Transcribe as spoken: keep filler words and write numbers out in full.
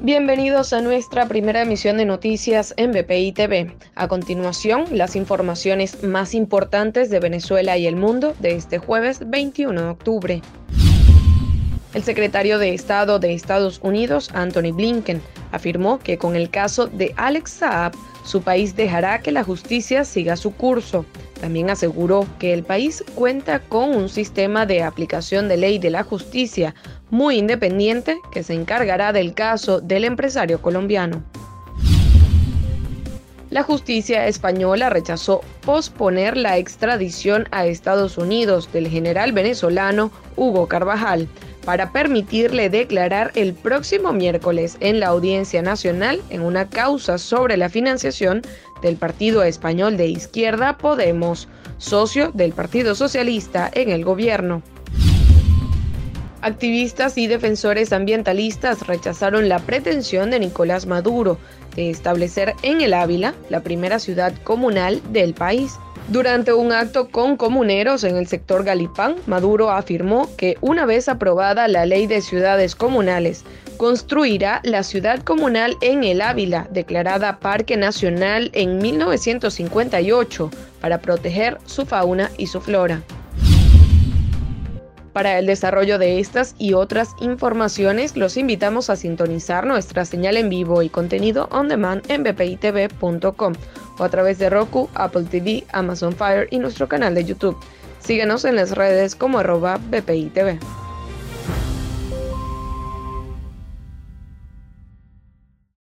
Bienvenidos a nuestra primera emisión de noticias en B P I T V. A continuación, las informaciones más importantes de Venezuela y el mundo de este jueves veintiuno de octubre. El secretario de Estado de Estados Unidos, Antony Blinken, afirmó que con el caso de Alex Saab, su país dejará que la justicia siga su curso. También aseguró que el país cuenta con un sistema de aplicación de ley de la justicia muy independiente que se encargará del caso del empresario colombiano. La justicia española rechazó posponer la extradición a Estados Unidos del general venezolano Hugo Carvajal para permitirle declarar el próximo miércoles en la Audiencia Nacional en una causa sobre la financiación del partido español de izquierda Podemos, socio del Partido Socialista en el gobierno. Activistas y defensores ambientalistas rechazaron la pretensión de Nicolás Maduro de establecer en el Ávila la primera ciudad comunal del país. Durante un acto con comuneros en el sector Galipán, Maduro afirmó que una vez aprobada la ley de ciudades comunales, construirá la ciudad comunal en el Ávila, declarada Parque Nacional en mil novecientos cincuenta y ocho, para proteger su fauna y su flora. Para el desarrollo de estas y otras informaciones, los invitamos a sintonizar nuestra señal en vivo y contenido on demand en b p i t v punto com o a través de Roku, Apple T V, Amazon Fire y nuestro canal de YouTube. Síguenos en las redes como arroba B P I T V.